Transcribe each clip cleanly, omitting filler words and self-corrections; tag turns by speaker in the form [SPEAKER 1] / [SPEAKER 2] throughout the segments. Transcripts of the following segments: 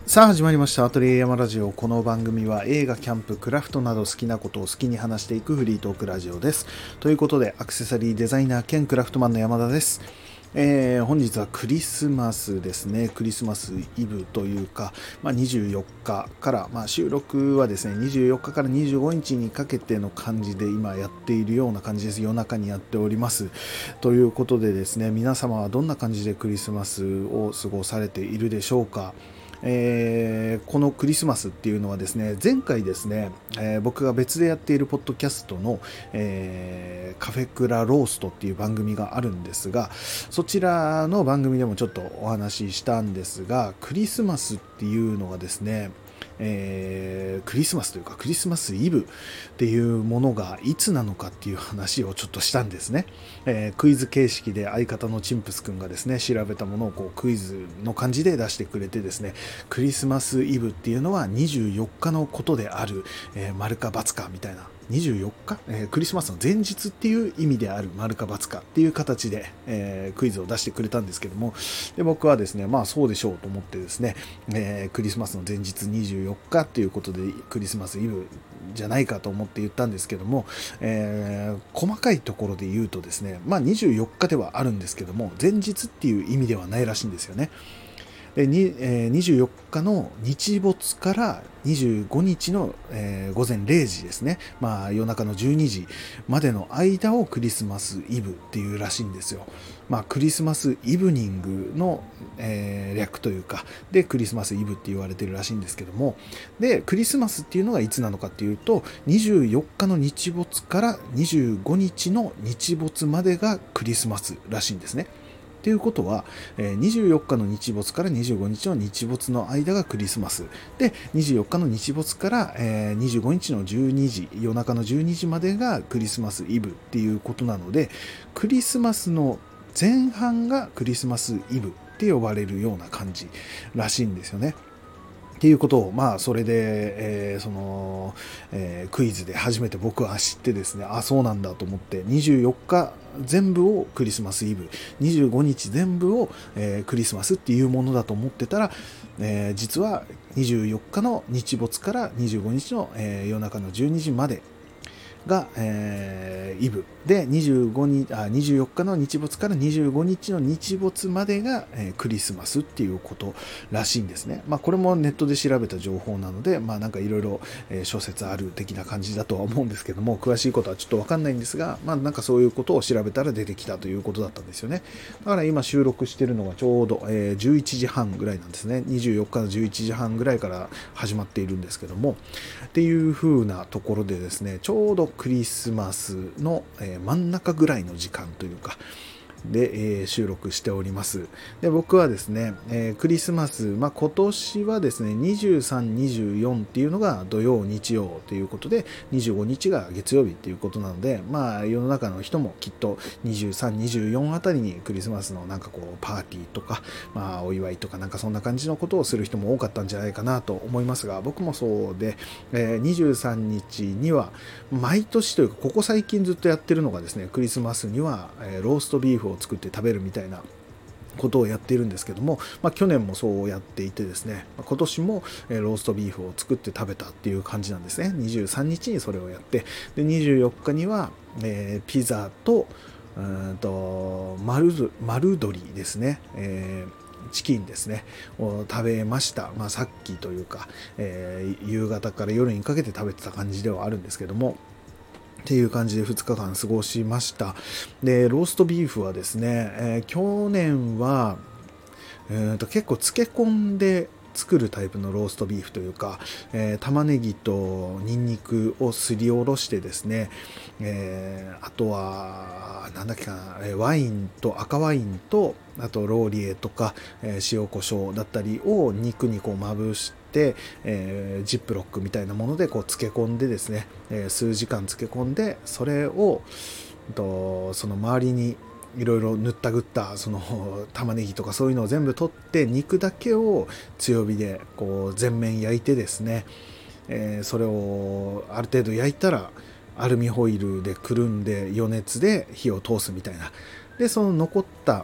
[SPEAKER 1] さあ始まりましたアトリエ山ラジオ。この番組は映画、キャンプ、クラフトなど好きなことを好きに話していくフリートークラジオです。ということでアクセサリーデザイナー兼クラフトマンの山田です。本日はクリスマスですね。クリスマスイブというか、24日から、収録はですね24日から25日にかけての感じで今やっているような感じです。夜中にやっておりますということでですね、皆様はどんな感じでクリスマスを過ごされているでしょうか。このクリスマスっていうのはですね、前回ですね、僕が別でやっているポッドキャストの、カフェクラローストっていう番組があるんですが、そちらの番組でもちょっとお話ししたんですが、クリスマスっていうのがですね、クリスマスというかクリスマスイブっていうものがいつなのかっていう話をちょっとしたんですね。クイズ形式で相方のチンプスくんがですね調べたものをこうクイズの感じで出してくれてですね、クリスマスイブっていうのは24日のことである、丸か×かみたいな、24日、クリスマスの前日っていう意味である丸か×かっていう形で、クイズを出してくれたんですけども、で僕はですねそうでしょうと思ってですね、クリスマスの前日24日っていうことでクリスマスイブじゃないかと思って言ったんですけども、細かいところで言うとですね、24日ではあるんですけども前日っていう意味ではないらしいんですよね。で24日の日没から25日の、午前0時ですね、夜中の12時までの間をクリスマスイブっていうらしいんですよ。クリスマスイブニングの、略というかでクリスマスイブって言われてるらしいんですけども、でクリスマスっていうのがいつなのかっていうと24日の日没から25日の日没までがクリスマスらしいんですね。ということは、24日の日没から25日の日没の間がクリスマスで、24日の日没から、25日の12時、夜中の12時までがクリスマスイブっていうことなので、クリスマスの前半がクリスマスイブって呼ばれるような感じらしいんですよね。っていうことをそれで、クイズで初めて僕は知ってですね、そうなんだと思って、24日全部をクリスマスイブ、25日全部を、クリスマスっていうものだと思ってたら、実は24日の日没から25日の、夜中の12時までが、イブで24日の日没から25日の日没までが、クリスマスっていうことらしいんですね。これもネットで調べた情報なので、なんかいろいろ諸説ある的な感じだとは思うんですけども、詳しいことはちょっとわかんないんですが、なんかそういうことを調べたら出てきたということだったんですよね。だから今収録してるのがちょうど、11時半ぐらいなんですね。24日の11時半ぐらいから始まっているんですけども、っていう風なところでですね、ちょうどクリスマスの真ん中ぐらいの時間というかで、収録しております。で僕はですね、クリスマス、今年はですね23、24っていうのが土曜日曜ということで25日が月曜日っていうことなので、世の中の人もきっと23、24あたりにクリスマスのなんかこうパーティーとか、お祝いとかなんかそんな感じのことをする人も多かったんじゃないかなと思いますが、僕もそうで、23日には毎年というかここ最近ずっとやってるのがですね、クリスマスには、ローストビーフを作って食べるみたいなことをやっているんですけども、去年もそうやっていてですね、今年もローストビーフを作って食べたっていう感じなんですね。23日にそれをやって、で24日には、ピザと丸鶏ですね、チキンですねを食べました。さっきというか、夕方から夜にかけて食べてた感じではあるんですけども、っていう感じで2日間過ごしました。でローストビーフはですね、去年は結構漬け込んで作るタイプのローストビーフというか、玉ねぎとニンニクをすりおろしてですね、あとはなんだっけかな、ワインと赤ワインとあとローリエとか、塩コショウだったりを肉にこうまぶして、ジップロックみたいなものでこう漬け込んでですね、数時間漬け込んでそれをその周りにいろいろ塗ったぐったその玉ねぎとかそういうのを全部取って肉だけを強火でこう全面焼いてですね、それをある程度焼いたらアルミホイルでくるんで余熱で火を通すみたいな。でその残った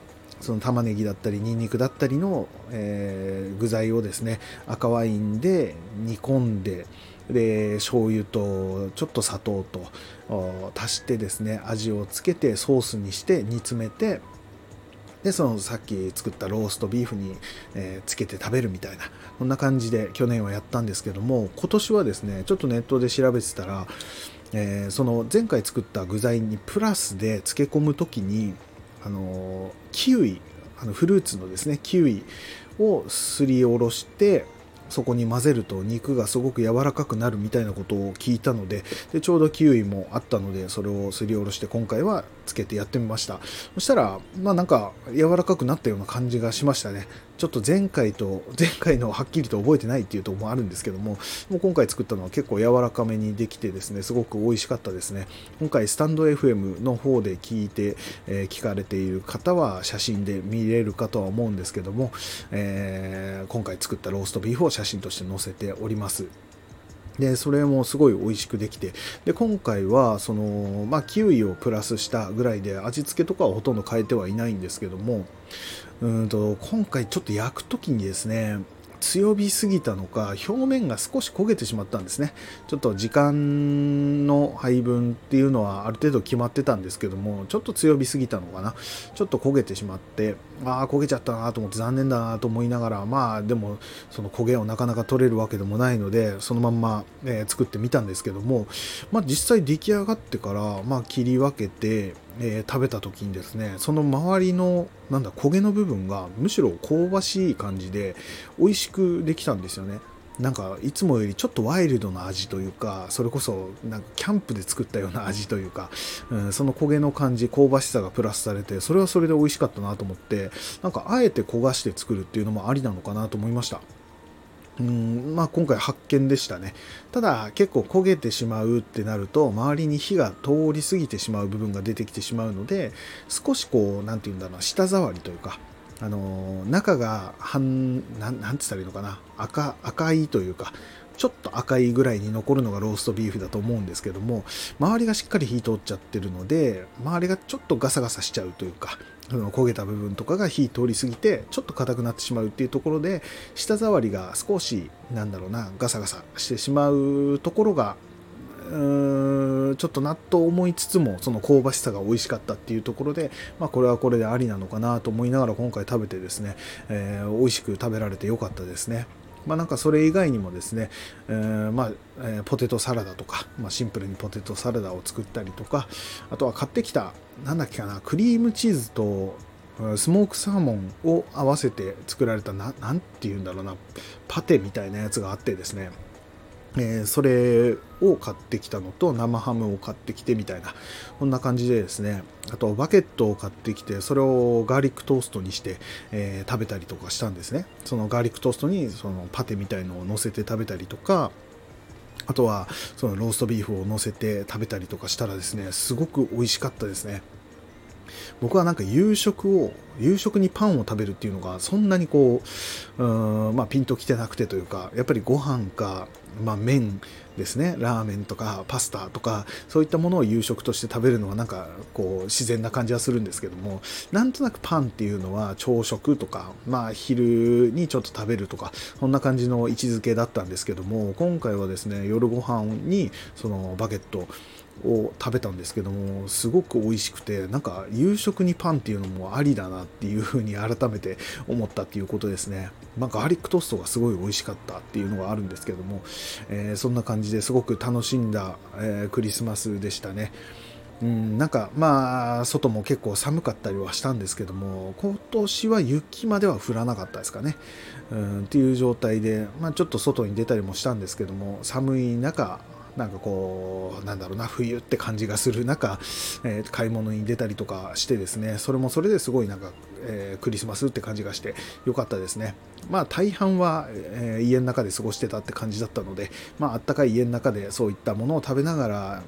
[SPEAKER 1] その玉ねぎだったりニンニクだったりの、具材をですね赤ワインで煮込んで、醤油とちょっと砂糖と足してですね味をつけてソースにして煮詰めて、でそのさっき作ったローストビーフに、つけて食べるみたいな、こんな感じで去年はやったんですけども、今年はですねちょっとネットで調べてたら、その前回作った具材にプラスで漬け込むときにキウイ、フルーツのですねキウイをすりおろしてそこに混ぜると肉がすごく柔らかくなるみたいなことを聞いたので、ちょうどキウイもあったのでそれをすりおろして今回はつけてやってみました。そしたらなんか柔らかくなったような感じがしましたね。ちょっと前回のはっきりと覚えてないっていうところもあるんですけども、今回作ったのは結構柔らかめにできてですねすごく美味しかったですね。今回スタンド FM の方で聞いて、聞かれている方は写真で見れるかとは思うんですけども、今回作ったローストビーフを写真として載せております。でそれもすごい美味しくできて、で今回はその、キウイをプラスしたぐらいで味付けとかはほとんど変えてはいないんですけども、今回ちょっと焼くときにですね強火すぎたのか表面が少し焦げてしまったんですね。ちょっと時間の配分っていうのはある程度決まってたんですけども、ちょっと強火すぎたのかな、ちょっと焦げてしまって、焦げちゃったなと思って残念だなと思いながら、でもその焦げをなかなか取れるわけでもないのでそのまんま、作ってみたんですけども、実際出来上がってから、切り分けて食べた時にですね、その周りの焦げの部分がむしろ香ばしい感じで美味しくできたんですよね。なんかいつもよりちょっとワイルドな味というか、それこそなんかキャンプで作ったような味というか、その焦げの感じ、香ばしさがプラスされて、それはそれで美味しかったなと思って、なんかあえて焦がして作るっていうのもありなのかなと思いました。今回発見でしたね。ただ結構焦げてしまうってなると周りに火が通り過ぎてしまう部分が出てきてしまうので、少しなんていうんだろう、舌触りというか、中がなんて言ったらいいのかな、赤いというか、ちょっと赤いぐらいに残るのがローストビーフだと思うんですけども、周りがしっかり火通っちゃってるので周りがちょっとガサガサしちゃうというか、焦げた部分とかが火通り過ぎてちょっと硬くなってしまうっていうところで、舌触りが少しガサガサしてしまうところがちょっとなと思いつつも、その香ばしさが美味しかったっていうところで、これはこれでありなのかなと思いながら今回食べてですね、美味しく食べられてよかったですね。なんかそれ以外にもですね、ポテトサラダとか、シンプルにポテトサラダを作ったりとか、あとは買ってきたクリームチーズとスモークサーモンを合わせて作られたなんていうんだろうな、パテみたいなやつがあってですね、それを買ってきたのと生ハムを買ってきてみたいな、こんな感じでですね、あとバケットを買ってきてそれをガーリックトーストにして、食べたりとかしたんですね。そのガーリックトーストにそのパテみたいのを乗せて食べたりとか、あとはそのローストビーフを乗せて食べたりとかしたらですね、すごく美味しかったですね。僕はなんか夕食にパンを食べるっていうのがそんなにピンときてなくてというか、やっぱりご飯か、麺ですね、ラーメンとかパスタとかそういったものを夕食として食べるのはなんか自然な感じはするんですけども、なんとなくパンっていうのは朝食とか、昼にちょっと食べるとか、そんな感じの位置づけだったんですけども、今回はですね夜ご飯にそのバゲットを食べたんですけども、すごく美味しくて、なんか夕食にパンっていうのもありだなっていうふうに改めて思ったっていうことですね。ガーリックトーストがすごい美味しかったっていうのがあるんですけども、そんな感じですごく楽しんだ、クリスマスでしたね。なんか外も結構寒かったりはしたんですけども、今年は雪までは降らなかったですかね。っていう状態で、ちょっと外に出たりもしたんですけども、寒い中なんか冬って感じがする中、買い物に出たりとかしてですね、それもそれですごいクリスマスって感じがしてよかったですね。大半は、家の中で過ごしてたって感じだったので、あったかい家の中でそういったものを食べながら、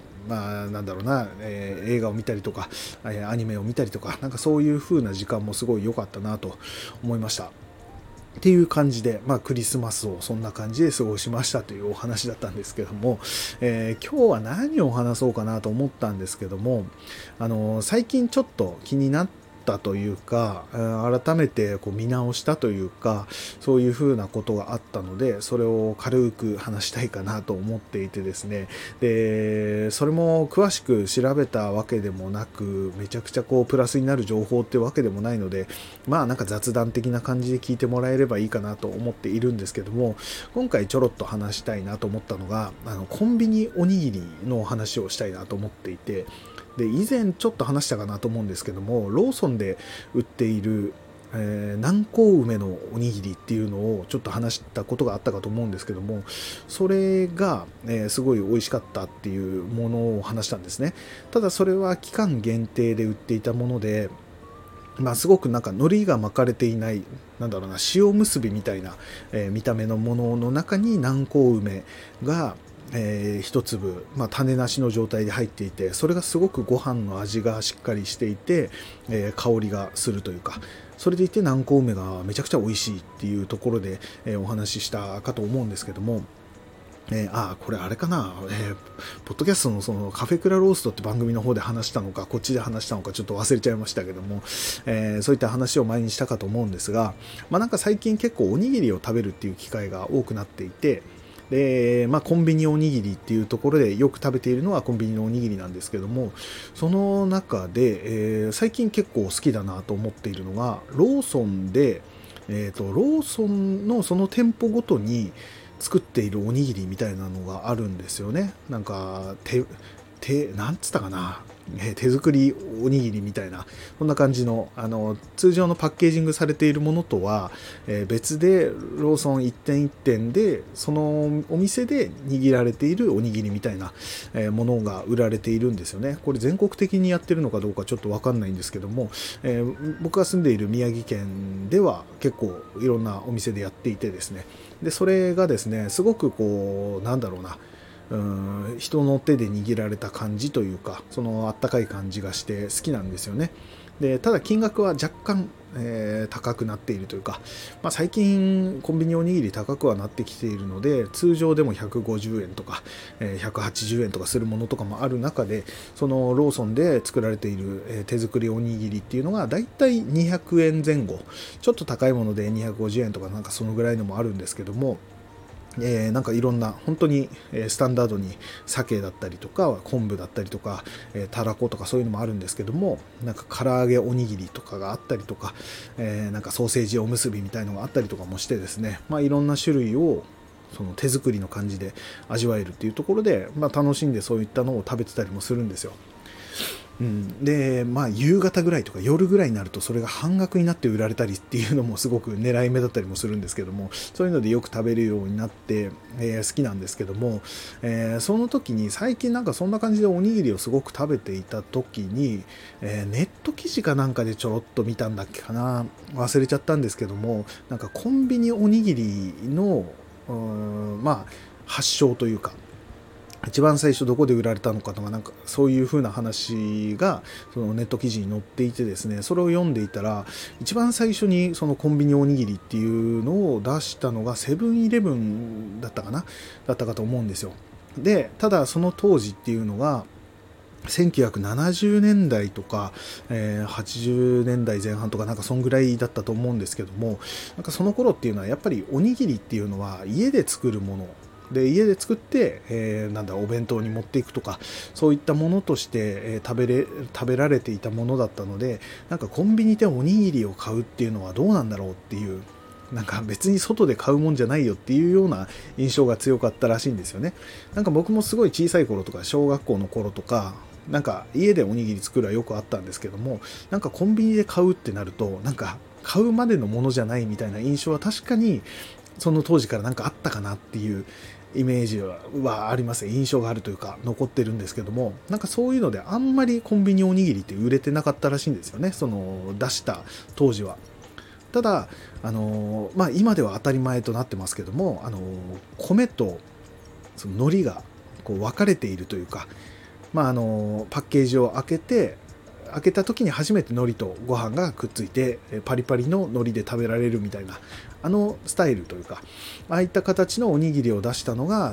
[SPEAKER 1] 映画を見たりとか、アニメを見たりとか、なんかそういう風な時間もすごい良かったなと思いました。っていう感じで、クリスマスをそんな感じで過ごしましたというお話だったんですけども、今日は何を話そうかなと思ったんですけども、最近ちょっと気になったったというか、改めてこう見直したというか、そういうふうなことがあったので、それを軽く話したいかなと思っていてですね。で、それも詳しく調べたわけでもなく、めちゃくちゃこうプラスになる情報ってわけでもないので、まあなんか雑談的な感じで聞いてもらえればいいかなと思っているんですけども、今回ちょろっと話したいなと思ったのが、コンビニおにぎりの話をしたいなと思っていて、で以前ちょっと話したかなと思うんですけども、ローソンで売っている南高梅のおにぎりっていうのをちょっと話したことがあったかと思うんですけども、それが、すごい美味しかったっていうものを話したんですね。ただそれは期間限定で売っていたもので、すごくなんか海苔が巻かれていない、なんだろうな、塩結びみたいな、見た目のものの中に南高梅が一粒、種なしの状態で入っていて、それがすごくご飯の味がしっかりしていて、香りがするというか、それでいて南高梅がめちゃくちゃ美味しいっていうところで、お話ししたかと思うんですけども、これあれかな、ポッドキャストのそのカフェクラローストって番組の方で話したのか、こっちで話したのかちょっと忘れちゃいましたけども、そういった話を前にしたかと思うんですが、なんか最近結構おにぎりを食べるっていう機会が多くなっていて、で、コンビニおにぎりっていうところでよく食べているのはコンビニのおにぎりなんですけども、その中で、最近結構好きだなと思っているのが、ローソンで、ローソンのその店舗ごとに作っているおにぎりみたいなのがあるんですよね。なんかなんつったかな、手作りおにぎりみたいな、こんな感じの、通常のパッケージングされているものとは、別でローソン一点一点でそのお店で握られているおにぎりみたいな、ものが売られているんですよね。これ全国的にやってるのかどうかちょっとわかんないんですけども、僕が住んでいる宮城県では結構いろんなお店でやっていてですね、でそれがですね、すごくこうなんだろうな、人の手で握られた感じというか、そのあったかい感じがして好きなんですよね。でただ金額は若干、高くなっているというか、最近コンビニおにぎり高くはなってきているので、通常でも150円とか、180円とかするものとかもある中で、そのローソンで作られている、手作りおにぎりっていうのがだいたい200円前後、ちょっと高いもので250円とかなんかそのぐらいのもあるんですけども、なんかいろんな本当にスタンダードに鮭だったりとか昆布だったりとかたらことかそういうのもあるんですけども、なんか唐揚げおにぎりとかがあったりとか、なんかソーセージおむすびみたいのがあったりとかもしてですね、いろんな種類をその手作りの感じで味わえるっていうところで、楽しんでそういったのを食べてたりもするんですよ。で夕方ぐらいとか夜ぐらいになるとそれが半額になって売られたりっていうのもすごく狙い目だったりもするんですけども、そういうのでよく食べるようになって、好きなんですけども、その時に最近なんかそんな感じでおにぎりをすごく食べていた時に、ネット記事かなんかでちょろっと見たんだっけかな、忘れちゃったんですけども、なんかコンビニおにぎりの発祥というか、一番最初どこで売られたのかとか、なんかそういう風な話がそのネット記事に載っていてですね、それを読んでいたら、一番最初にそのコンビニおにぎりっていうのを出したのがセブンイレブンだったかと思うんですよ。でただその当時っていうのが1970年代とか、80年代前半とかなんかそんぐらいだったと思うんですけども、なんかその頃っていうのはやっぱりおにぎりっていうのは家で作るもので、家で作って、お弁当に持っていくとか、そういったものとして、食べられていたものだったので、なんかコンビニでおにぎりを買うっていうのはどうなんだろうっていう、なんか別に外で買うもんじゃないよっていうような印象が強かったらしいんですよね。なんか僕もすごい小さい頃とか小学校の頃とか、なんか家でおにぎり作るはよくあったんですけども、なんかコンビニで買うってなると、なんか買うまでのものじゃないみたいな印象は確かにその当時からなんかあったかなっていうイメージはあります。印象があるというか残ってるんですけども、なんかそういうのであんまりコンビニおにぎりって売れてなかったらしいんですよね、その出した当時は。ただ今では当たり前となってますけども、米とその海苔がこう分かれているというか、パッケージを開けて開けた時に初めて海苔とご飯がくっついてパリパリの海苔で食べられるみたいなスタイルというか、ああいった形のおにぎりを出したのが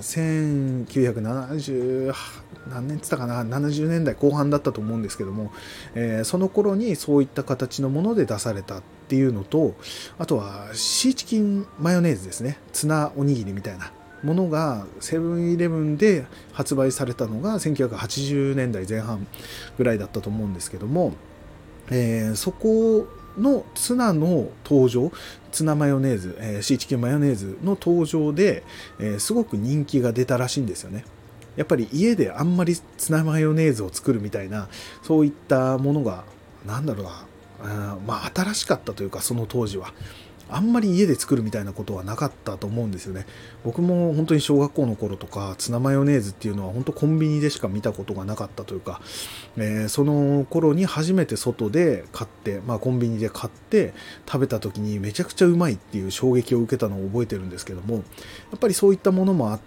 [SPEAKER 1] 1970何年つったかな、70年代後半だったと思うんですけども、その頃にそういった形のもので出されたっていうのと、あとはシーチキンマヨネーズですね、ツナおにぎりみたいなものがセブンイレブンで発売されたのが1980年代前半ぐらいだったと思うんですけども、そこのツナの登場、ツナマヨネーズ、シーチキンマヨネーズの登場で、すごく人気が出たらしいんですよね。やっぱり家であんまりツナマヨネーズを作るみたいな、そういったものがなんだろうな、まあ新しかったというか、その当時はあんまり家で作るみたいなことはなかったと思うんですよね。僕も本当に小学校の頃とかツナマヨネーズっていうのは本当コンビニでしか見たことがなかったというか、その頃に初めて外で買って、コンビニで買って食べた時にめちゃくちゃうまいっていう衝撃を受けたのを覚えてるんですけども、やっぱりそういったものもあって、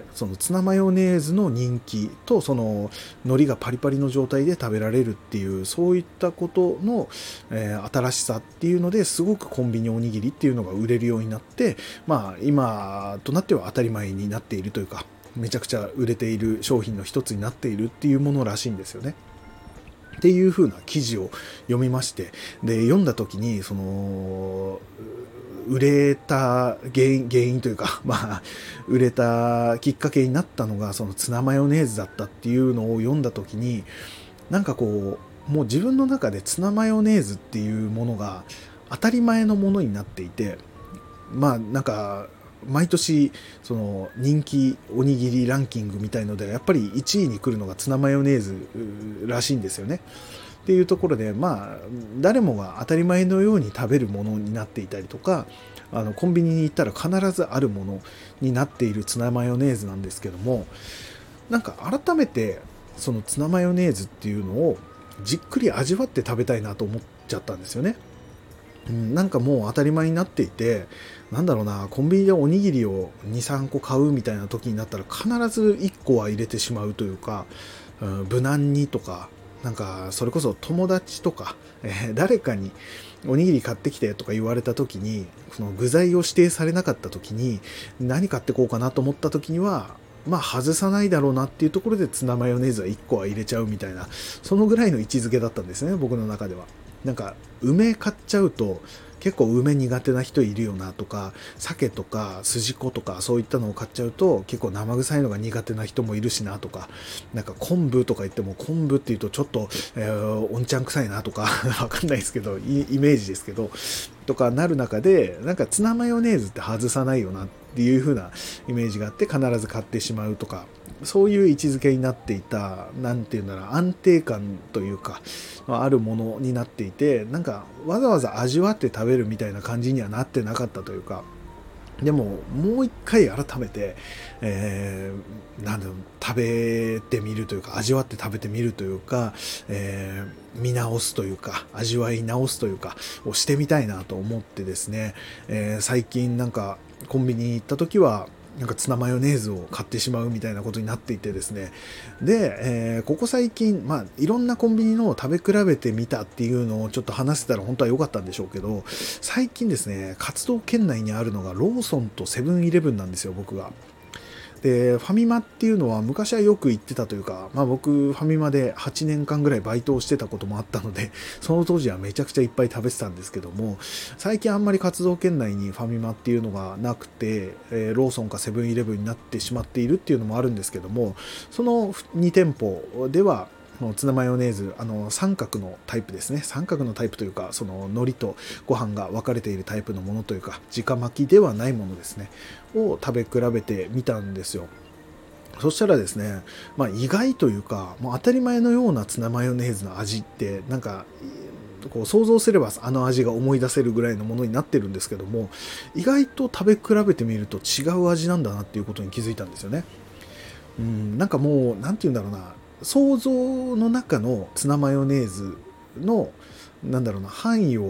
[SPEAKER 1] そのツナマヨネーズの人気とその海苔がパリパリの状態で食べられるっていう、そういったことの、新しさっていうのですごくコンビニおにぎりっていうのが売れるようになって、今となっては当たり前になっているというか、めちゃくちゃ売れている商品の一つになっているっていうものらしいんですよね。っていう風な記事を読みまして、で読んだ時にその売れた原因というか、売れたきっかけになったのがそのツナマヨネーズだったっていうのを読んだ時に、なんかこうもう自分の中でツナマヨネーズっていうものが当たり前のものになっていて、なんか毎年その人気おにぎりランキングみたいのでやっぱり1位に来るのがツナマヨネーズらしいんですよね。っていうところで、誰もが当たり前のように食べるものになっていたりとか、コンビニに行ったら必ずあるものになっているツナマヨネーズなんですけども、なんか改めてそのツナマヨネーズっていうのをじっくり味わって食べたいなと思っちゃったんですよね。なんかもう当たり前になっていて、なんだろうな、コンビニでおにぎりを2、3個買うみたいな時になったら必ず1個は入れてしまうというか、無難にとか、なんかそれこそ友達とか、誰かにおにぎり買ってきてとか言われた時に、その具材を指定されなかった時に何買ってこうかなと思った時には、外さないだろうなっていうところでツナマヨネーズは1個は入れちゃうみたいな、そのぐらいの位置づけだったんですね、僕の中では。なんか梅買っちゃうと結構梅苦手な人いるよなとか、鮭とか筋子とかそういったのを買っちゃうと結構生臭いのが苦手な人もいるしなとか、なんか昆布とか言っても昆布って言うとちょっと、おんちゃん臭いなとかわかんないですけど、イメージですけどとかなる中で、なんかツナマヨネーズって外さないよなっていう風なイメージがあって必ず買ってしまうとか、そういう位置づけになっていた、なんていうんだろう、安定感というかあるものになっていて、なんかわざわざ味わって食べるみたいな感じにはなってなかったというか、でももう一回改めて、なんだろう、食べてみるというか、味わって食べてみるというか、見直すというか、味わい直すというかをしてみたいなと思ってですね、最近なんかコンビニに行った時はなんかツナマヨネーズを買ってしまうみたいなことになっていてですね。で、ここ最近、いろんなコンビニのを食べ比べてみたっていうのをちょっと話せたら本当は良かったんでしょうけど、最近ですね、活動圏内にあるのがローソンとセブンイレブンなんですよ、僕が。で、ファミマっていうのは昔はよく行ってたというか、僕ファミマで8年間ぐらいバイトをしてたこともあったので、その当時はめちゃくちゃいっぱい食べてたんですけども、最近あんまり活動圏内にファミマっていうのがなくて、ローソンかセブンイレブンになってしまっているっていうのもあるんですけども、その2店舗ではツナマヨネーズ、三角のタイプですね。三角のタイプというか、その海苔とご飯が分かれているタイプのものというか、直巻きではないものですね。を食べ比べてみたんですよ。そしたらですね、意外というか、もう当たり前のようなツナマヨネーズの味って、なんか、こう想像すればあの味が思い出せるぐらいのものになってるんですけども、意外と食べ比べてみると違う味なんだなっていうことに気づいたんですよね。なんかもう、なんて言うんだろうな、想像の中のツナマヨネーズの、なんだろうな、範囲を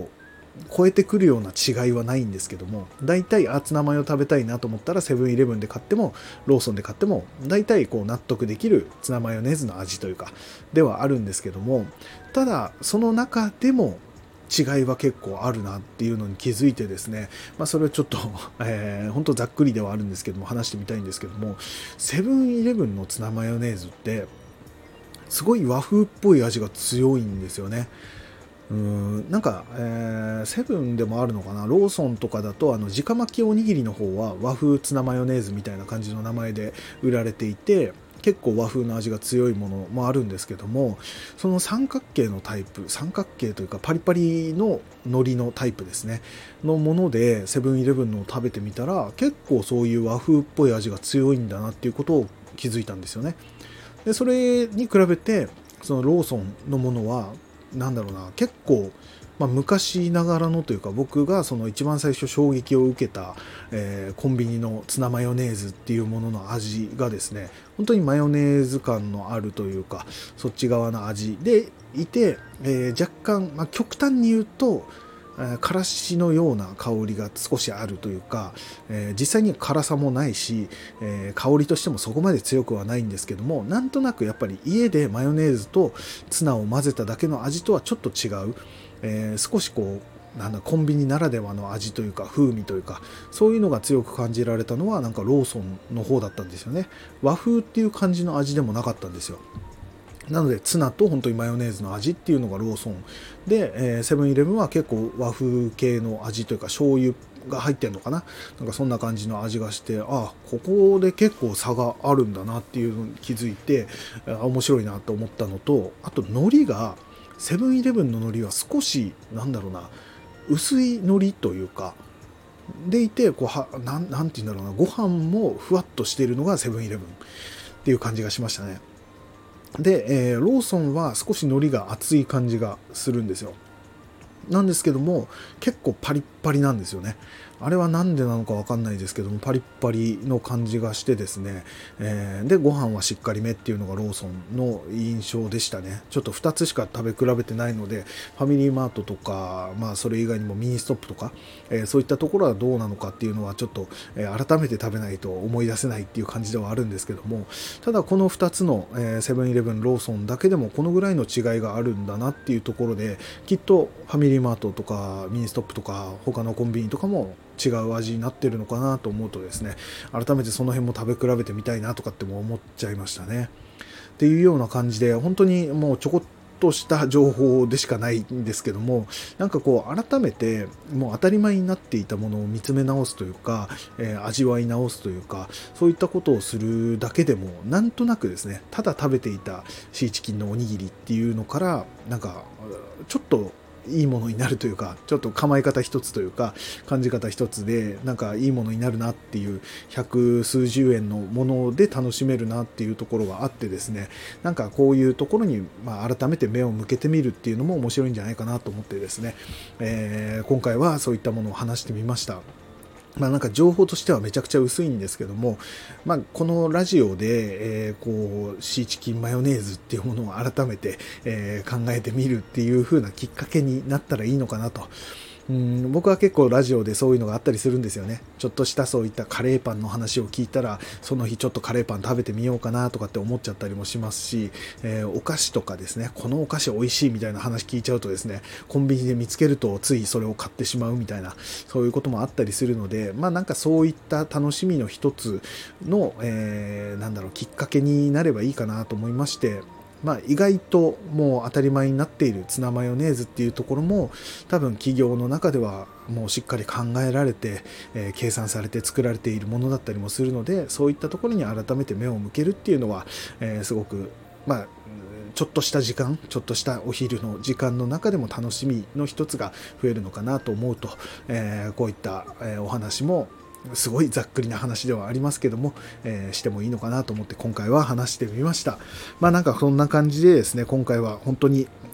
[SPEAKER 1] 超えてくるような違いはないんですけども、大体ツナマヨ食べたいなと思ったらセブンイレブンで買ってもローソンで買っても大体こう納得できるツナマヨネーズの味というかではあるんですけども、ただその中でも違いは結構あるなっていうのに気づいてですね、それをちょっと、本当ざっくりではあるんですけども話してみたいんですけども、セブンイレブンのツナマヨネーズってすごい和風っぽい味が強いんですよね。なんか、セブンでもあるのかな、ローソンとかだと直巻きおにぎりの方は和風ツナマヨネーズみたいな感じの名前で売られていて、結構和風の味が強いものもあるんですけども、その三角形のタイプ、三角形というかパリパリの海苔のタイプですねのものでセブンイレブンのを食べてみたら、結構そういう和風っぽい味が強いんだなっていうことを気づいたんですよね。でそれに比べてそのローソンのものはなんだろうな、結構、昔ながらのというか、僕がその一番最初衝撃を受けた、コンビニのツナマヨネーズっていうものの味がですね、本当にマヨネーズ感のあるというか、そっち側の味でいて、若干、極端に言うとからしのような香りが少しあるというか、実際には辛さもないし、香りとしてもそこまで強くはないんですけども、なんとなくやっぱり家でマヨネーズとツナを混ぜただけの味とはちょっと違う、少しこうコンビニならではの味というか風味というか、そういうのが強く感じられたのはなんかローソンの方だったんですよね。和風っていう感じの味でもなかったんですよ。なのでツナと本当にマヨネーズの味っていうのがローソンで、セブンイレブンは結構和風系の味というか醤油が入ってるのかな、なんかそんな感じの味がして、ここで結構差があるんだなっていうのに気づいて、面白いなと思ったのと、あと海苔がセブンイレブンの海苔は少し薄い海苔というかでいて、なんて言うんだろうな、ご飯もふわっとしているのがセブンイレブンっていう感じがしましたね。で、ローソンは少し海苔が厚い感じがするんですよ。なんですけども結構パリッパリなんですよね。あれはなんでなのかわかんないですけども、パリッパリの感じがしてですね、でご飯はしっかりめっていうのがローソンの印象でしたね。ちょっと2つしか食べ比べてないので、ファミリーマートとか、それ以外にもミニストップとか、そういったところはどうなのかっていうのはちょっと、改めて食べないと思い出せないっていう感じではあるんですけども、ただこの2つのセブンイレブンローソンだけでもこのぐらいの違いがあるんだなっていうところで、きっとファミリーマートとかミニストップとか他のコンビニとかも違う味になってるのかなと思うとですね、改めてその辺も食べ比べてみたいなとかっても思っちゃいましたね。っていうような感じで、本当にもうちょこっとした情報でしかないんですけども、なんかこう改めてもう当たり前になっていたものを見つめ直すというか、味わい直すというか、そういったことをするだけでもなんとなくですね、ただ食べていたシーチキンのおにぎりっていうのからなんかちょっといいものになるというか、ちょっと構え方一つというか感じ方一つでなんかいいものになるなっていう、百数十円のもので楽しめるなっていうところがあってですね、なんかこういうところに改めて目を向けてみるっていうのも面白いんじゃないかなと思ってですね、今回はそういったものを話してみました。なんか情報としてはめちゃくちゃ薄いんですけども、このラジオで、こうシーチキンマヨネーズっていうものを改めて、考えてみるっていう風なきっかけになったらいいのかなと。僕は結構ラジオでそういうのがあったりするんですよね。ちょっとしたそういったカレーパンの話を聞いたら、その日ちょっとカレーパン食べてみようかなとかって思っちゃったりもしますし、お菓子とかですね、このお菓子美味しいみたいな話聞いちゃうとですね、コンビニで見つけるとついそれを買ってしまうみたいな、そういうこともあったりするので、なんかそういった楽しみの一つの、きっかけになればいいかなと思いまして、意外ともう当たり前になっているツナマヨネーズっていうところも多分企業の中ではもうしっかり考えられて、計算されて作られているものだったりもするので、そういったところに改めて目を向けるっていうのは、すごくちょっとした時間、ちょっとしたお昼の時間の中でも楽しみの一つが増えるのかなと思うと、こういった、お話もすごいざっくりな話ではありますけども、してもいいのかなと思って今回は話してみました。なんかそんな感じでですね、今回は本当に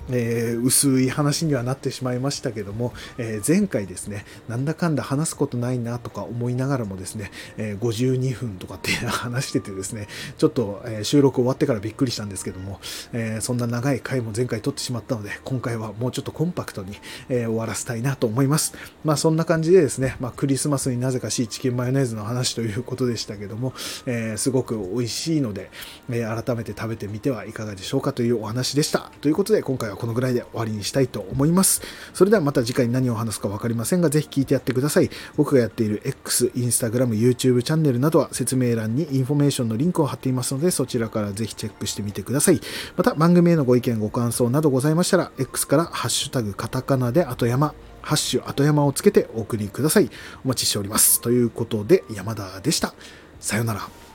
[SPEAKER 1] 薄い話にはなってしまいましたけども、前回ですね、なんだかんだ話すことないなとか思いながらもですね、52分とかって話しててですね、ちょっと、収録終わってからびっくりしたんですけども、そんな長い回も前回撮ってしまったので、今回はもうちょっとコンパクトに、終わらせたいなと思います。まあそんな感じでですね、クリスマスになぜかシーチキンマヨネーズの話ということでしたけども、すごく美味しいので、改めて食べてみてはいかがでしょうかというお話でした。ということで今回はこのぐらいで終わりにしたいと思います。それではまた次回何を話すか分かりませんが、ぜひ聞いてやってください。僕がやっている X、Instagram、YouTube チャンネルなどは説明欄にインフォメーションのリンクを貼っていますので、そちらからぜひチェックしてみてください。また番組へのご意見ご感想などございましたら、 X からハッシュタグカタカナで後山ハッシュ後山をつけてお送りください。お待ちしております。ということで山田でした。さようなら。